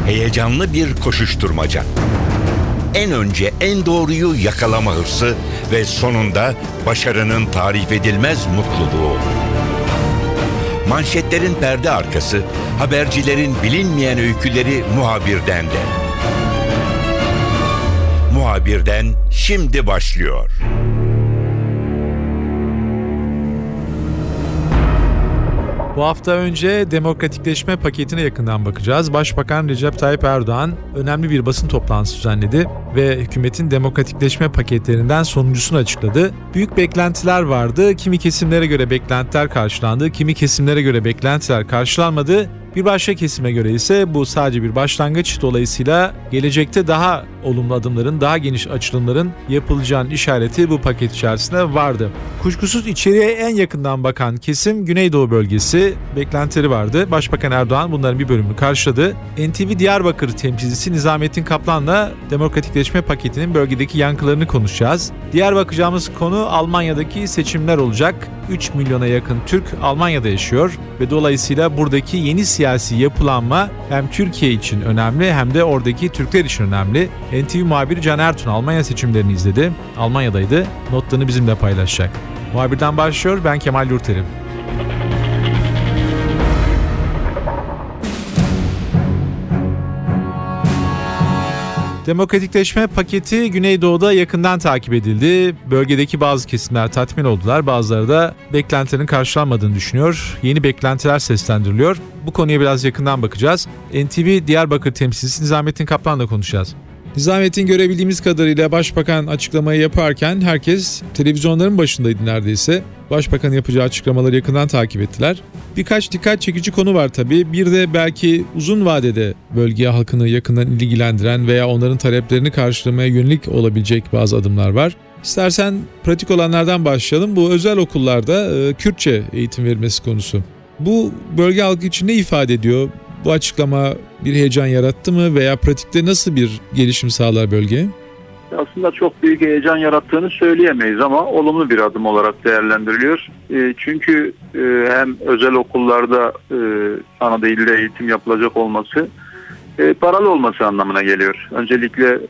Heyecanlı bir koşuşturmaca. En önce en doğruyu yakalama hırsı ve sonunda başarının tarif edilmez mutluluğu. Manşetlerin perde arkası, habercilerin bilinmeyen öyküleri muhabirden de. Muhabirden şimdi başlıyor. Bu hafta önce demokratikleşme paketine yakından bakacağız. Başbakan Recep Tayyip Erdoğan önemli bir basın toplantısı düzenledi ve hükümetin demokratikleşme paketlerinden sonuncusunu açıkladı. Büyük beklentiler vardı. Kimi kesimlere göre beklentiler karşılandı, kimi kesimlere göre beklentiler karşılanmadı. Bir başka kesime göre ise bu sadece bir başlangıç, dolayısıyla gelecekte daha olumlu adımların, daha geniş açılımların yapılacağının işareti bu paket içerisinde vardı. Kuşkusuz içeriye en yakından bakan kesim Güneydoğu bölgesi, beklentileri vardı. Başbakan Erdoğan bunların bir bölümünü karşıladı. NTV Diyarbakır temsilcisi Nizamettin Kaplan'la demokratikleşme paketinin bölgedeki yankılarını konuşacağız. Diğer bakacağımız konu Almanya'daki seçimler olacak. 3 milyona yakın Türk Almanya'da yaşıyor ve dolayısıyla buradaki yeni siyasi yapılanma hem Türkiye için önemli hem de oradaki Türkler için önemli. NTV muhabiri Can Ertun Almanya seçimlerini izledi. Almanya'daydı. Notlarını bizimle paylaşacak. Muhabirden başlıyor. Ben Kemal Yurterim. Demokratikleşme paketi Güneydoğu'da yakından takip edildi. Bölgedeki bazı kesimler tatmin oldular, bazıları da beklentilerin karşılanmadığını düşünüyor. Yeni beklentiler seslendiriliyor. Bu konuya biraz yakından bakacağız. NTV Diyarbakır temsilcisi Nizamettin Kaplan'la konuşacağız. Nizamettin, görebildiğimiz kadarıyla Başbakan açıklamayı yaparken herkes televizyonların başındaydı neredeyse. Başbakanın yapacağı açıklamaları yakından takip ettiler. Birkaç dikkat çekici konu var tabii. Bir de belki uzun vadede bölge halkını yakından ilgilendiren veya onların taleplerini karşılamaya yönelik olabilecek bazı adımlar var. İstersen pratik olanlardan başlayalım. Bu özel okullarda Kürtçe eğitim verilmesi konusu. Bu bölge halkı için ne ifade ediyor? Bu açıklama bir heyecan yarattı mı veya pratikte nasıl bir gelişim sağlar bölgeye? Aslında çok büyük heyecan yarattığını söyleyemeyiz ama olumlu bir adım olarak değerlendiriliyor. Çünkü hem özel okullarda ana dilde eğitim yapılacak olması paralı olması anlamına geliyor. Öncelikle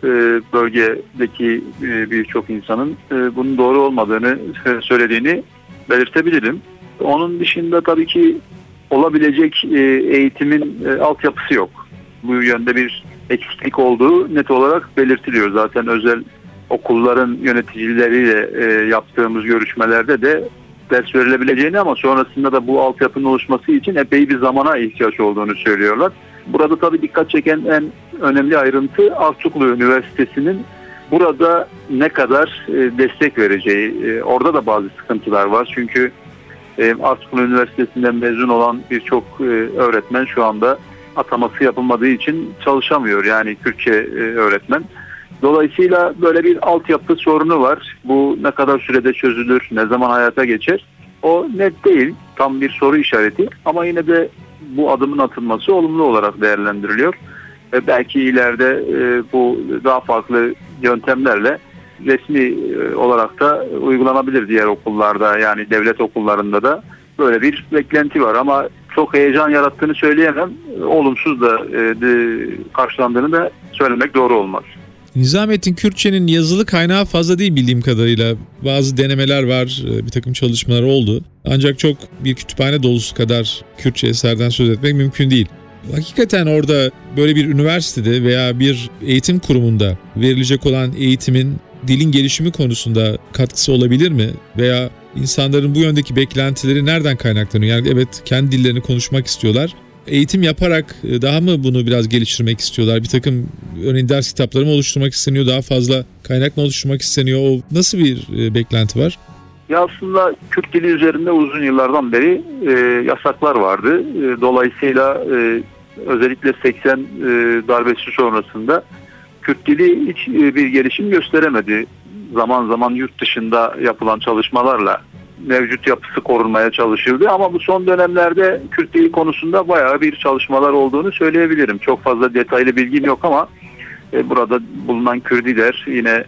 bölgedeki birçok insanın bunun doğru olmadığını söylediğini belirtebilirim. Onun dışında tabii ki olabilecek eğitimin altyapısı yok. Bu yönde bir eksiklik olduğu net olarak belirtiliyor. Zaten özel okulların yöneticileriyle yaptığımız görüşmelerde de ders verilebileceğini ama sonrasında da bu altyapının oluşması için epey bir zamana ihtiyaç olduğunu söylüyorlar. Burada tabii dikkat çeken en önemli ayrıntı Artuklu Üniversitesi'nin burada ne kadar destek vereceği. Orada da bazı sıkıntılar var. Çünkü Artuklu Üniversitesi'nden mezun olan birçok öğretmen şu anda ataması yapılmadığı için çalışamıyor. Yani Kürtçe öğretmen. Dolayısıyla böyle bir altyapı sorunu var. Bu ne kadar sürede çözülür, ne zaman hayata geçer? O net değil. Tam bir soru işareti. Ama yine de bu adımın atılması olumlu olarak değerlendiriliyor. Belki ileride bu daha farklı yöntemlerle resmi olarak da uygulanabilir diğer okullarda, yani devlet okullarında da böyle bir beklenti var ama çok heyecan yarattığını söyleyemem. Olumsuz da karşılandığını da söylemek doğru olmaz. Nizamettin, Kürtçenin yazılı kaynağı fazla değil bildiğim kadarıyla. Bazı denemeler var, bir takım çalışmalar oldu. Ancak çok bir kütüphane dolusu kadar Kürtçe eserden söz etmek mümkün değil. Hakikaten orada böyle bir üniversitede veya bir eğitim kurumunda verilecek olan eğitimin dilin gelişimi konusunda katkısı olabilir mi? Veya insanların bu yöndeki beklentileri nereden kaynaklanıyor? Yani evet, kendi dillerini konuşmak istiyorlar. Eğitim yaparak daha mı bunu biraz geliştirmek istiyorlar? Bir takım örneğin ders kitapları mı oluşturmak isteniyor? Daha fazla kaynak mı oluşturmak isteniyor? O nasıl bir beklenti var? Ya aslında Kürt dili üzerinde uzun yıllardan beri yasaklar vardı. Dolayısıyla özellikle 80 darbesi sonrasında Kürt dili hiç bir gelişim gösteremedi. Zaman zaman yurt dışında yapılan çalışmalarla mevcut yapısı korunmaya çalışıldı. Ama bu son dönemlerde Kürt dili konusunda bayağı bir çalışmalar olduğunu söyleyebilirim. Çok fazla detaylı bilgim yok ama burada bulunan Kürdiler, yine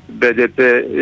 BDP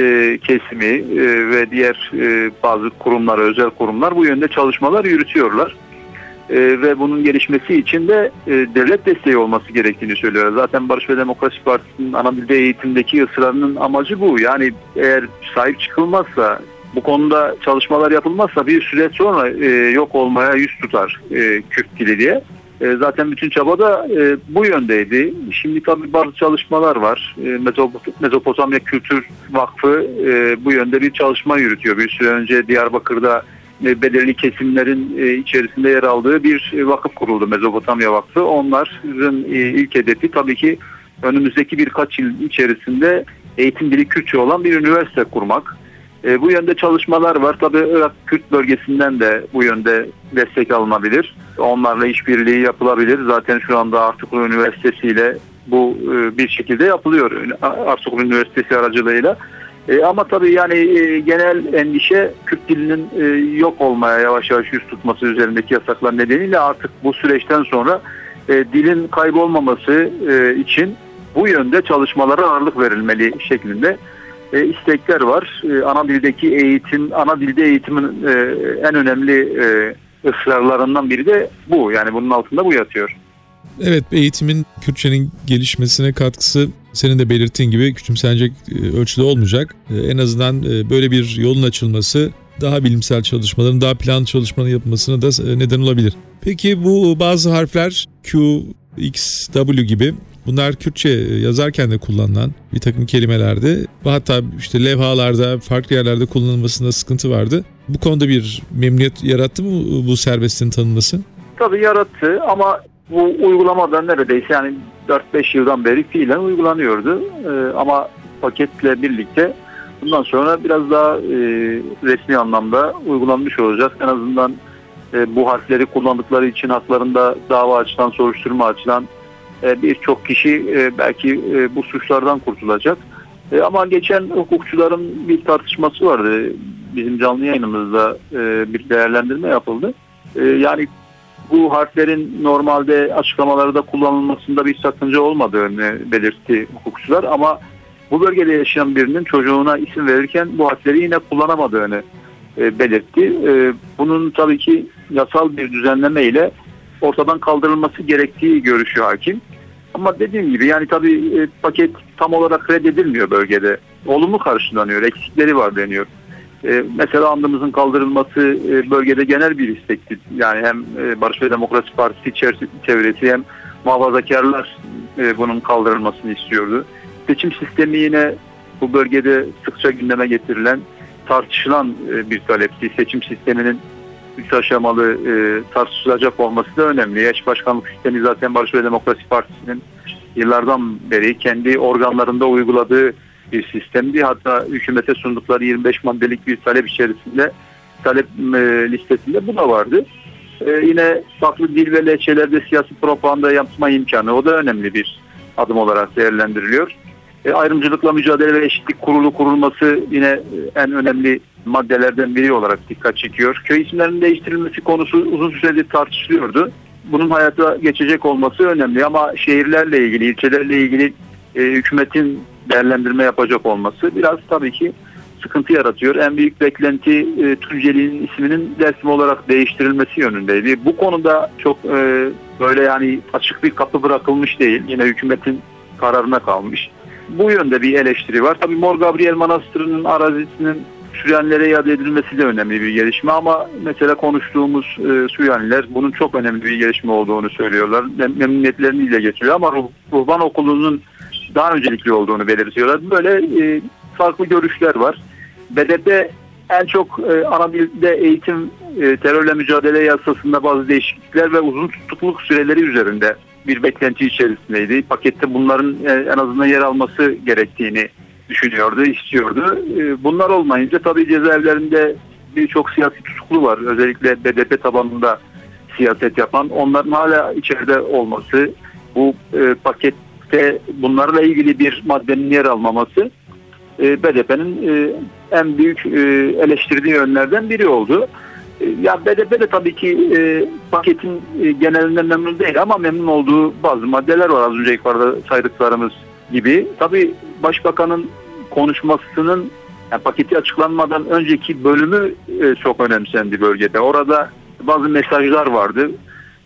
kesimi ve diğer bazı kurumlar, özel kurumlar bu yönde çalışmalar yürütüyorlar. Ve bunun gelişmesi için de devlet desteği olması gerektiğini söylüyor. Zaten Barış ve Demokrasi Partisi'nin ana dilde eğitimdeki ısrarının amacı bu. Yani eğer sahip çıkılmazsa, bu konuda çalışmalar yapılmazsa bir süre sonra yok olmaya yüz tutar Kürt dili diye. Zaten bütün çaba da bu yöndeydi. Şimdi tabii bazı çalışmalar var. Mezopotamya Kültür Vakfı bu yönde bir çalışma yürütüyor. Bir süre önce Diyarbakır'da belirli kesimlerin içerisinde yer aldığı bir vakıf kuruldu, Mezopotamya Vakfı. Onların ilk hedefi tabii ki önümüzdeki birkaç yıl içerisinde eğitim dili Kürtçe olan bir üniversite kurmak. Bu yönde çalışmalar var. Tabii Irak Kürt bölgesinden de bu yönde destek alınabilir. Onlarla işbirliği yapılabilir. Zaten şu anda Artuklu Üniversitesi ile bu bir şekilde yapılıyor. Artuklu Üniversitesi aracılığıyla. Ama tabii yani genel endişe Kürt dilinin yok olmaya yavaş yavaş yüz tutması üzerindeki yasaklar nedeniyle artık bu süreçten sonra dilin kaybolmaması için bu yönde çalışmalara ağırlık verilmeli şeklinde istekler var. Ana dilde eğitimin en önemli ısrarlarından biri de bu. Yani bunun altında bu yatıyor. Evet, eğitimin Kürtçenin gelişmesine katkısı senin de belirttiğin gibi küçümsenecek ölçüde olmayacak. En azından böyle bir yolun açılması daha bilimsel çalışmaların, daha planlı çalışmanın yapılmasına da neden olabilir. Peki bu bazı harfler Q, X, W gibi bunlar Kürtçe yazarken de kullanılan bir takım kelimelerdi. Hatta işte levhalarda, farklı yerlerde kullanılmasında sıkıntı vardı. Bu konuda bir memnuniyet yarattı mı bu serbestliğin tanınması? Tabii yarattı ama bu uygulamadan neredeyse yani 4-5 yıldan beri fiilen uygulanıyordu. Ama paketle birlikte bundan sonra biraz daha resmi anlamda uygulanmış olacak. En azından bu harfleri kullandıkları için haklarında dava açılan, soruşturma açılan birçok kişi belki bu suçlardan kurtulacak. Ama geçen hukukçuların bir tartışması vardı. Bizim canlı yayınımızda bir değerlendirme yapıldı. Yani bu harflerin normalde açıklamalarda kullanılmasında bir sakınca olmadığını belirtti hukukçular ama bu bölgede yaşayan birinin çocuğuna isim verirken bu harfleri yine kullanamadığını belirtti. Bunun tabii ki yasal bir düzenleme ile ortadan kaldırılması gerektiği görüşü hakim. Ama dediğim gibi yani tabii paket tam olarak reddedilmiyor bölgede. Olumlu karşılanıyor, eksikleri var deniyor. Mesela andımızın kaldırılması bölgede genel bir istekti. Yani hem Barış ve Demokrasi Partisi çevresi hem muhafazakarlar bunun kaldırılmasını istiyordu. Seçim sistemi yine bu bölgede sıkça gündeme getirilen, tartışılan bir talepti. Seçim sisteminin 3 aşamalı tartışılacak olması da önemli. Eş başkanlık sistemi zaten Barış ve Demokrasi Partisi'nin yıllardan beri kendi organlarında uyguladığı bir sistemdi. Hatta hükümete sundukları 25 maddelik bir talep içerisinde, talep listesinde bu da vardı. Yine farklı dil ve lehçelerde siyasi propaganda yapma imkanı, o da önemli bir adım olarak değerlendiriliyor. Ayrımcılıkla mücadele ve eşitlik kurulu kurulması yine en önemli maddelerden biri olarak dikkat çekiyor. Köy isimlerinin değiştirilmesi konusu uzun süredir tartışılıyordu. Bunun hayata geçecek olması önemli ama şehirlerle ilgili, ilçelerle ilgili hükümetin değerlendirme yapacak olması biraz tabii ki sıkıntı yaratıyor. En büyük beklenti Tunceli'nin isminin Dersim olarak değiştirilmesi yönündeydi. Bu konuda çok böyle yani açık bir kapı bırakılmış değil. Yine hükümetin kararına kalmış. Bu yönde bir eleştiri var. Tabii Mor Gabriel Manastırı'nın arazisinin Süryaniler'e iade edilmesi de önemli bir gelişme ama mesela konuştuğumuz Süryaniler bunun çok önemli bir gelişme olduğunu söylüyorlar. Memnuniyetlerini dile getiriyor ama Ruhban Okulu'nun daha öncelikli olduğunu belirtiyorlar. Böyle farklı görüşler var. BDP en çok ana dilde eğitim terörle mücadele yasasında bazı değişiklikler ve uzun tutukluluk süreleri üzerinde bir beklenti içerisindeydi. Pakette bunların en azından yer alması gerektiğini düşünüyordu, istiyordu. Bunlar olmayınca tabii cezaevlerinde birçok siyasi tutuklu var. Özellikle BDP tabanında siyaset yapan. Onların hala içeride olması, bu pakette bunlarla ilgili bir maddenin yer almaması BDP'nin en büyük eleştirdiği yönlerden biri oldu. Ya BDP de tabii ki paketin genelinden memnun değil ama memnun olduğu bazı maddeler var az önce yukarıda saydıklarımız gibi. Tabii Başbakanın konuşmasının yani paketi açıklanmadan önceki bölümü çok önemsendi bölgede. Orada bazı mesajlar vardı.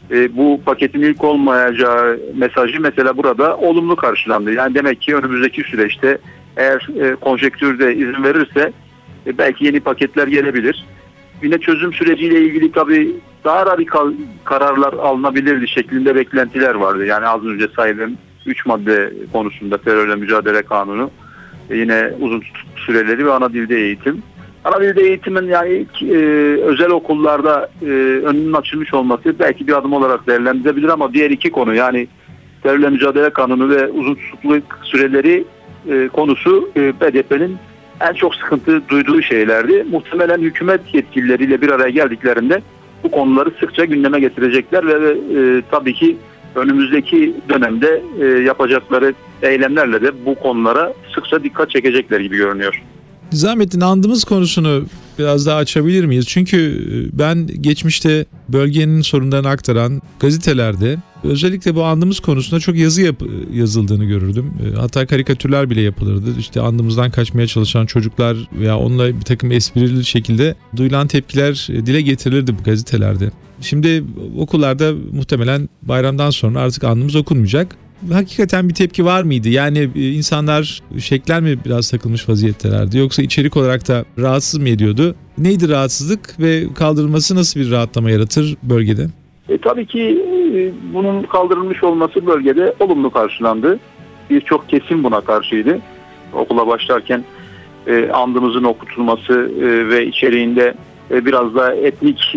Bu paketin ilk olmayacağı mesajı mesela burada olumlu karşılandı. Yani demek ki önümüzdeki süreçte eğer konjektürde izin verirse belki yeni paketler gelebilir. Yine çözüm süreciyle ilgili tabii daha radikal kararlar alınabilirdi şeklinde beklentiler vardı. Yani az önce saydığım 3 madde konusunda terörle mücadele kanunu, yine uzun tutuklu süreleri ve ana dilde eğitim. Ana dilde eğitimin yani ilk özel okullarda önünün açılmış olması belki bir adım olarak değerlendirilebilir ama diğer iki konu yani terörle mücadele kanunu ve uzun tutukluluk süreleri konusu BDP'nin en çok sıkıntı duyduğu şeylerdi. Muhtemelen hükümet yetkilileriyle bir araya geldiklerinde bu konuları sıkça gündeme getirecekler ve tabii ki önümüzdeki dönemde yapacakları eylemlerle de bu konulara sıkça dikkat çekecekler gibi görünüyor. Nizamettin, andımız konusunu biraz daha açabilir miyiz? Çünkü ben geçmişte bölgenin sorunlarını aktaran gazetelerde özellikle bu andımız konusunda çok yazı yazıldığını görürdüm. Hatta karikatürler bile yapılırdı. İşte andımızdan kaçmaya çalışan çocuklar veya onunla bir takım esprili şekilde duyulan tepkiler dile getirilirdi bu gazetelerde. Şimdi okullarda muhtemelen bayramdan sonra artık andımız okunmayacak. Hakikaten bir tepki var mıydı? Yani insanlar şeklen mi biraz takılmış vaziyettelerdi? Yoksa içerik olarak da rahatsız mı ediyordu? Neydi rahatsızlık ve kaldırılması nasıl bir rahatlama yaratır bölgede? Tabii ki bunun kaldırılmış olması bölgede olumlu karşılandı. Birçok kesim buna karşıydı. Okula başlarken andımızın okutulması ve içeriğinde biraz da etnik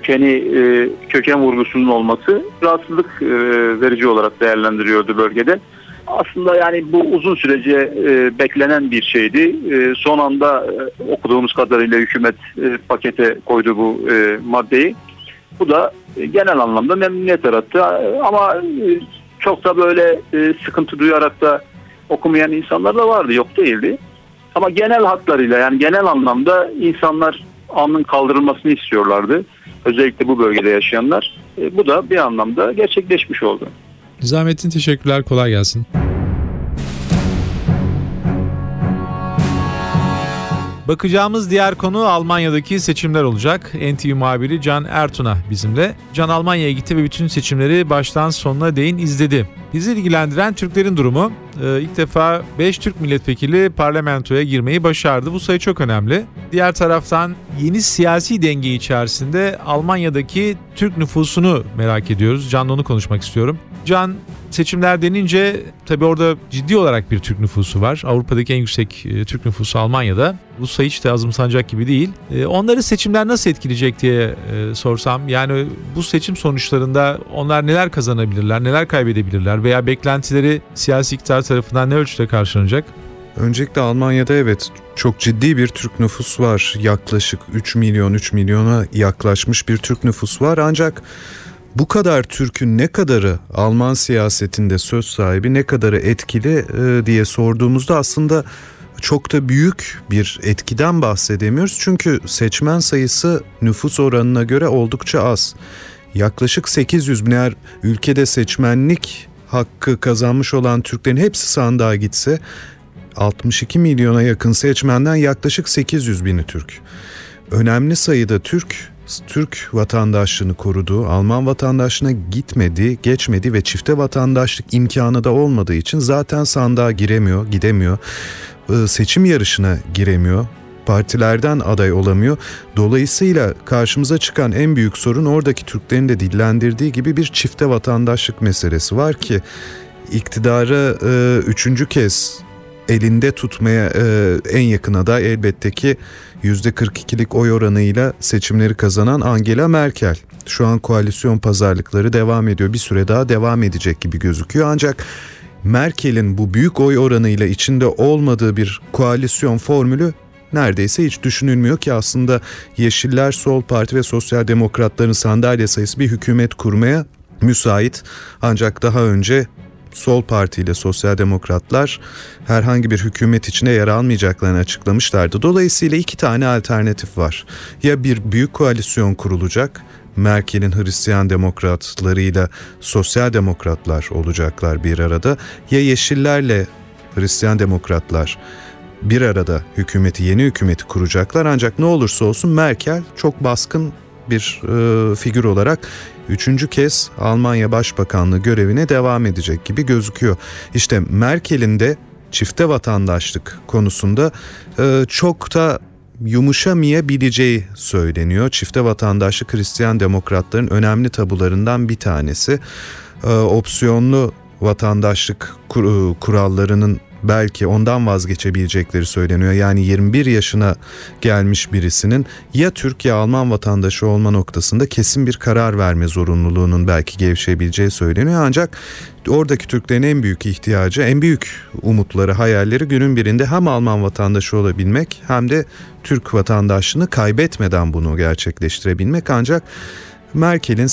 köken vurgusunun olması rahatsızlık verici olarak değerlendiriyordu bölgede. Aslında yani bu uzun sürece beklenen bir şeydi. Son anda okuduğumuz kadarıyla hükümet pakete koydu bu maddeyi. Bu da genel anlamda memnuniyet yarattı. Ama çok da böyle sıkıntı duyarak da okumayan insanlar da vardı, yok değildi. Ama genel hatlarıyla yani genel anlamda insanlar andın kaldırılmasını istiyorlardı. Özellikle bu bölgede yaşayanlar. Bu da bir anlamda gerçekleşmiş oldu. Nizamettin, teşekkürler, kolay gelsin. Bakacağımız diğer konu Almanya'daki seçimler olacak. NTV muhabiri Can Ertuna bizimle. Can Almanya'ya gitti ve bütün seçimleri baştan sonuna değin izledi. Bizi ilgilendiren Türklerin durumu. İlk defa 5 Türk milletvekili parlamentoya girmeyi başardı. Bu sayı çok önemli. Diğer taraftan yeni siyasi denge içerisinde Almanya'daki Türk nüfusunu merak ediyoruz. Can'la onu konuşmak istiyorum. Can, seçimler denince tabii orada ciddi olarak bir Türk nüfusu var. Avrupa'daki en yüksek Türk nüfusu Almanya'da. Bu sayı hiç de azımsanacak gibi değil. Onları seçimler nasıl etkileyecek diye sorsam, yani bu seçim sonuçlarında onlar neler kazanabilirler, neler kaybedebilirler veya beklentileri siyasi iktidar tarafından ne ölçüde karşılanacak? Öncelikle Almanya'da evet çok ciddi bir Türk nüfus var. Yaklaşık 3 milyona yaklaşmış bir Türk nüfus var. Ancak bu kadar Türk'ün ne kadarı Alman siyasetinde söz sahibi, ne kadarı etkili diye sorduğumuzda aslında çok da büyük bir etkiden bahsedemiyoruz. Çünkü seçmen sayısı nüfus oranına göre oldukça az. Yaklaşık 800 bin, eğer ülkede seçmenlik hakkı kazanmış olan Türklerin hepsi sandığa gitse 62 milyona yakın seçmenden yaklaşık 800 bini Türk. Önemli sayıda Türk vatandaşlığını koruduğu, Alman vatandaşlığına geçmedi ve çifte vatandaşlık imkanı da olmadığı için zaten sandığa gidemiyor, seçim yarışına giremiyor, partilerden aday olamıyor. Dolayısıyla karşımıza çıkan en büyük sorun oradaki Türklerin de dillendirdiği gibi bir çifte vatandaşlık meselesi var ki iktidarı 3. kez elinde tutmaya en yakın aday elbette ki %42'lik oy oranıyla seçimleri kazanan Angela Merkel. Şu an koalisyon pazarlıkları devam ediyor. Bir süre daha devam edecek gibi gözüküyor. Ancak Merkel'in bu büyük oy oranıyla içinde olmadığı bir koalisyon formülü neredeyse hiç düşünülmüyor ki aslında Yeşiller, Sol Parti ve Sosyal Demokratların sandalye sayısı bir hükümet kurmaya müsait. Ancak daha önce Sol Parti ile Sosyal Demokratlar herhangi bir hükümet içinde yer almayacaklarını açıklamışlardı. Dolayısıyla 2 tane alternatif var. Ya bir büyük koalisyon kurulacak, Merkel'in Hristiyan demokratlarıyla Sosyal Demokratlar olacaklar bir arada, ya Yeşillerle Hristiyan Demokratlar bir arada yeni hükümeti kuracaklar. Ancak ne olursa olsun Merkel çok baskın bir figür olarak 3. kez Almanya Başbakanlığı görevine devam edecek gibi gözüküyor. İşte Merkel'in de çifte vatandaşlık konusunda çok da yumuşamayabileceği söyleniyor. Çifte vatandaşlık Hristiyan Demokratların önemli tabularından bir tanesi. Opsiyonlu vatandaşlık kurallarının belki ondan vazgeçebilecekleri söyleniyor. Yani 21 yaşına gelmiş birisinin ya Türk ya Alman vatandaşı olma noktasında kesin bir karar verme zorunluluğunun belki gevşeyebileceği söyleniyor. Ancak oradaki Türklerin en büyük ihtiyacı, en büyük umutları, hayalleri günün birinde hem Alman vatandaşı olabilmek hem de Türk vatandaşlığını kaybetmeden bunu gerçekleştirebilmek. Ancak Merkel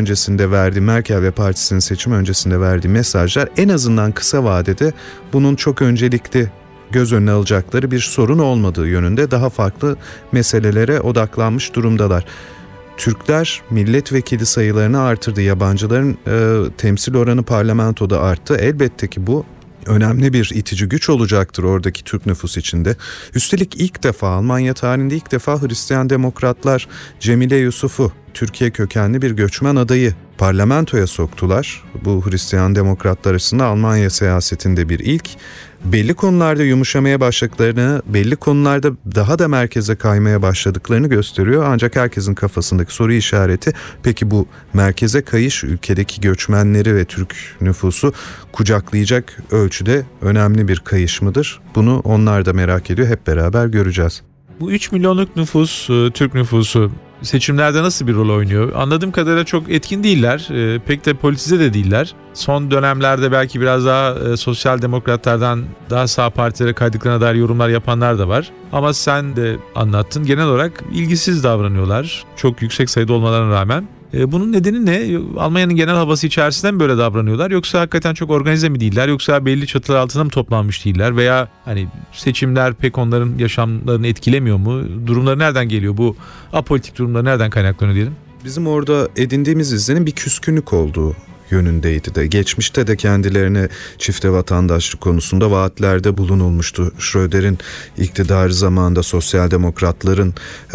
ve partisinin seçim öncesinde verdiği mesajlar en azından kısa vadede bunun çok öncelikli göz önüne alacakları bir sorun olmadığı yönünde daha farklı meselelere odaklanmış durumdalar. Türkler milletvekili sayılarını artırdı, yabancıların temsil oranı parlamentoda arttı. Elbette ki bu önemli bir itici güç olacaktır oradaki Türk nüfus içinde. Üstelik ilk defa Almanya tarihinde Hristiyan Demokratlar Cemile Yusuf'u, Türkiye kökenli bir göçmen adayı, parlamentoya soktular. Bu Hristiyan Demokratlar arasında Almanya siyasetinde bir ilk. Belli konularda yumuşamaya başladıklarını, belli konularda daha da merkeze kaymaya başladıklarını gösteriyor. Ancak herkesin kafasındaki soru işareti, peki bu merkeze kayış ülkedeki göçmenleri ve Türk nüfusu kucaklayacak ölçüde önemli bir kayış mıdır? Bunu onlar da merak ediyor. Hep beraber göreceğiz. Bu 3 milyonluk nüfus, Türk nüfusu seçimlerde nasıl bir rol oynuyor? Anladığım kadarıyla çok etkin değiller. Pek de politize de değiller. Son dönemlerde belki biraz daha sosyal demokratlardan daha sağ partilere kaydıklarına dair yorumlar yapanlar da var. Ama sen de anlattın. Genel olarak ilgisiz davranıyorlar. Çok yüksek sayıda olmalarına rağmen. Bunun nedeni ne? Almanya'nın genel havası içerisinde mi böyle davranıyorlar? Yoksa hakikaten çok organize mi değiller? Yoksa belli çatılar altında mı toplanmış değiller? Veya hani seçimler pek onların yaşamlarını etkilemiyor mu? Durumları nereden geliyor? Bu apolitik durumlar nereden kaynaklanıyor diyelim? Bizim orada edindiğimiz izlenim bir küskünlük olduğu yönündeydi de. Geçmişte de kendilerine çifte vatandaşlık konusunda vaatlerde bulunulmuştu. Schröder'in iktidarı zamanında sosyal demokratların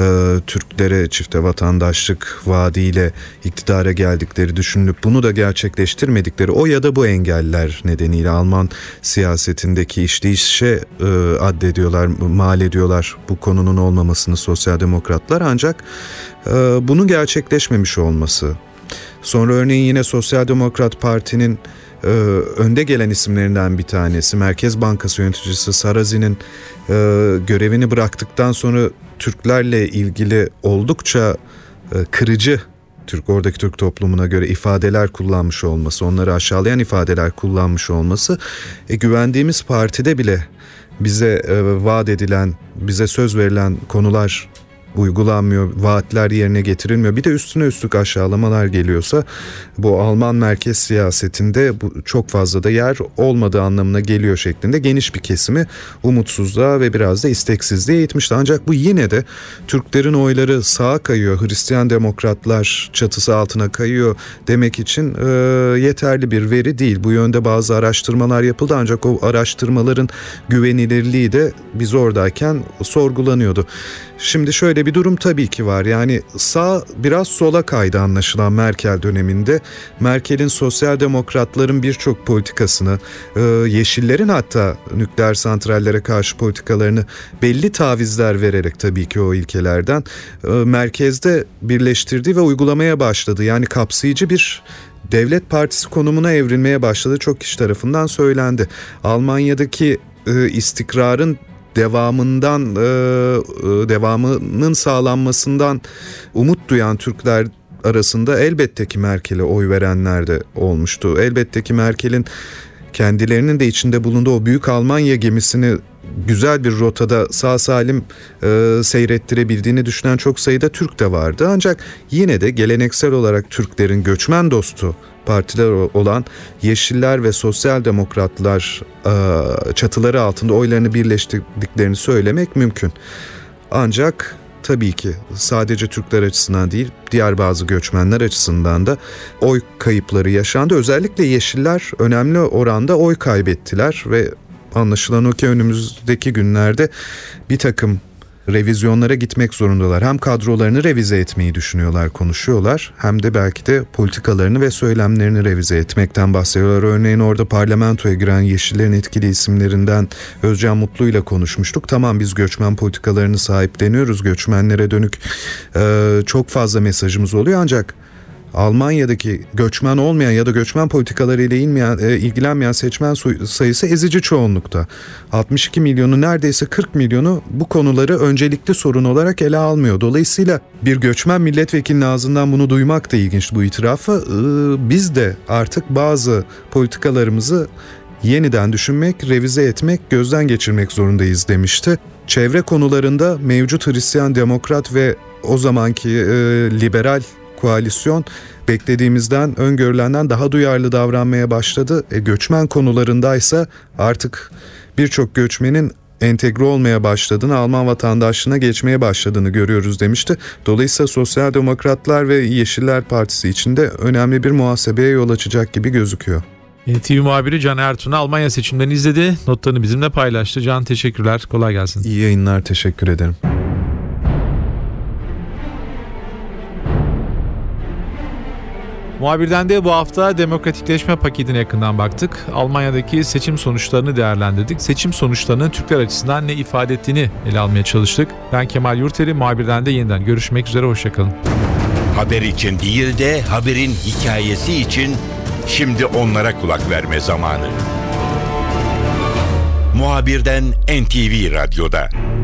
Türklere çifte vatandaşlık vaadiyle iktidara geldikleri düşünülüp bunu da gerçekleştirmedikleri, o ya da bu engeller nedeniyle Alman siyasetindeki işleyişe addediyorlar, mal ediyorlar bu konunun olmamasını sosyal demokratlar. Ancak bunun gerçekleşmemiş olması, sonra örneğin yine Sosyal Demokrat Parti'nin önde gelen isimlerinden bir tanesi, Merkez Bankası yöneticisi Sarkozy'nin görevini bıraktıktan sonra Türklerle ilgili oldukça kırıcı, oradaki Türk toplumuna göre ifadeler kullanmış olması, onları aşağılayan ifadeler kullanmış olması, güvendiğimiz partide bile bize vaat edilen, bize söz verilen konular uygulanmıyor, vaatler yerine getirilmiyor. Bir de üstüne üstlük aşağılamalar geliyorsa bu Alman merkez siyasetinde bu çok fazla da yer olmadığı anlamına geliyor şeklinde geniş bir kesimi umutsuzluğa ve biraz da isteksizliğe itmişti. Ancak bu yine de Türklerin oyları sağa kayıyor, Hristiyan Demokratlar çatısı altına kayıyor demek için yeterli bir veri değil. Bu yönde bazı araştırmalar yapıldı ancak o araştırmaların güvenilirliği de biz oradayken sorgulanıyordu. Şimdi şöyle bir durum tabii ki var. Yani sağ biraz sola kaydı anlaşılan Merkel döneminde. Merkel'in sosyal demokratların birçok politikasını, yeşillerin hatta nükleer santrallere karşı politikalarını belli tavizler vererek tabii ki o ilkelerden merkezde birleştirdi ve uygulamaya başladı. Yani kapsayıcı bir devlet partisi konumuna evrilmeye başladı. Çok kişi tarafından söylendi. Almanya'daki istikrarın devamının sağlanmasından umut duyan Türkler arasında elbette ki Merkel'e oy verenler de olmuştu. Elbette ki Merkel'in kendilerinin de içinde bulunduğu o büyük Almanya gemisini güzel bir rotada sağ salim seyrettirebildiğini düşünen çok sayıda Türk de vardı. Ancak yine de geleneksel olarak Türklerin göçmen dostu partiler olan Yeşiller ve Sosyal Demokratlar çatıları altında oylarını birleştirdiklerini söylemek mümkün. Ancak tabii ki sadece Türkler açısından değil, diğer bazı göçmenler açısından da oy kayıpları yaşandı. Özellikle Yeşiller önemli oranda oy kaybettiler ve anlaşılan o ki önümüzdeki günlerde bir takım revizyonlara gitmek zorundalar. Hem kadrolarını revize etmeyi düşünüyorlar, konuşuyorlar. Hem de belki de politikalarını ve söylemlerini revize etmekten bahsediyorlar. Örneğin orada parlamentoya giren Yeşillerin etkili isimlerinden Özcan Mutlu ile konuşmuştuk. Tamam, biz göçmen politikalarını sahipleniyoruz. Göçmenlere dönük çok fazla mesajımız oluyor, ancak Almanya'daki göçmen olmayan ya da göçmen politikalarıyla ilgilenmeyen seçmen sayısı ezici çoğunlukta. 62 milyonu, neredeyse 40 milyonu bu konuları öncelikli sorun olarak ele almıyor. Dolayısıyla bir göçmen milletvekilinin ağzından bunu duymak da ilginç, bu itirafı. Biz de artık bazı politikalarımızı yeniden düşünmek, revize etmek, gözden geçirmek zorundayız demişti. Çevre konularında mevcut Hristiyan Demokrat ve o zamanki liberal koalisyon beklediğimizden, öngörülenden daha duyarlı davranmaya başladı. Göçmen konularındaysa artık birçok göçmenin entegre olmaya başladığını, Alman vatandaşlığına geçmeye başladığını görüyoruz demişti. Dolayısıyla Sosyal Demokratlar ve Yeşiller Partisi için de önemli bir muhasebeye yol açacak gibi gözüküyor. TV muhabiri Can Ertuğrul Almanya seçimlerini izledi. Notlarını bizimle paylaştı. Can, teşekkürler. Kolay gelsin. İyi yayınlar, teşekkür ederim. Muhabirden de bu hafta demokratikleşme paketine yakından baktık. Almanya'daki seçim sonuçlarını değerlendirdik. Seçim sonuçlarının Türkler açısından ne ifade ettiğini ele almaya çalıştık. Ben Kemal Yurteri, muhabirden de yeniden görüşmek üzere, hoşçakalın. Haber için değil de haberin hikayesi için şimdi onlara kulak verme zamanı. Muhabirden NTV Radyo'da.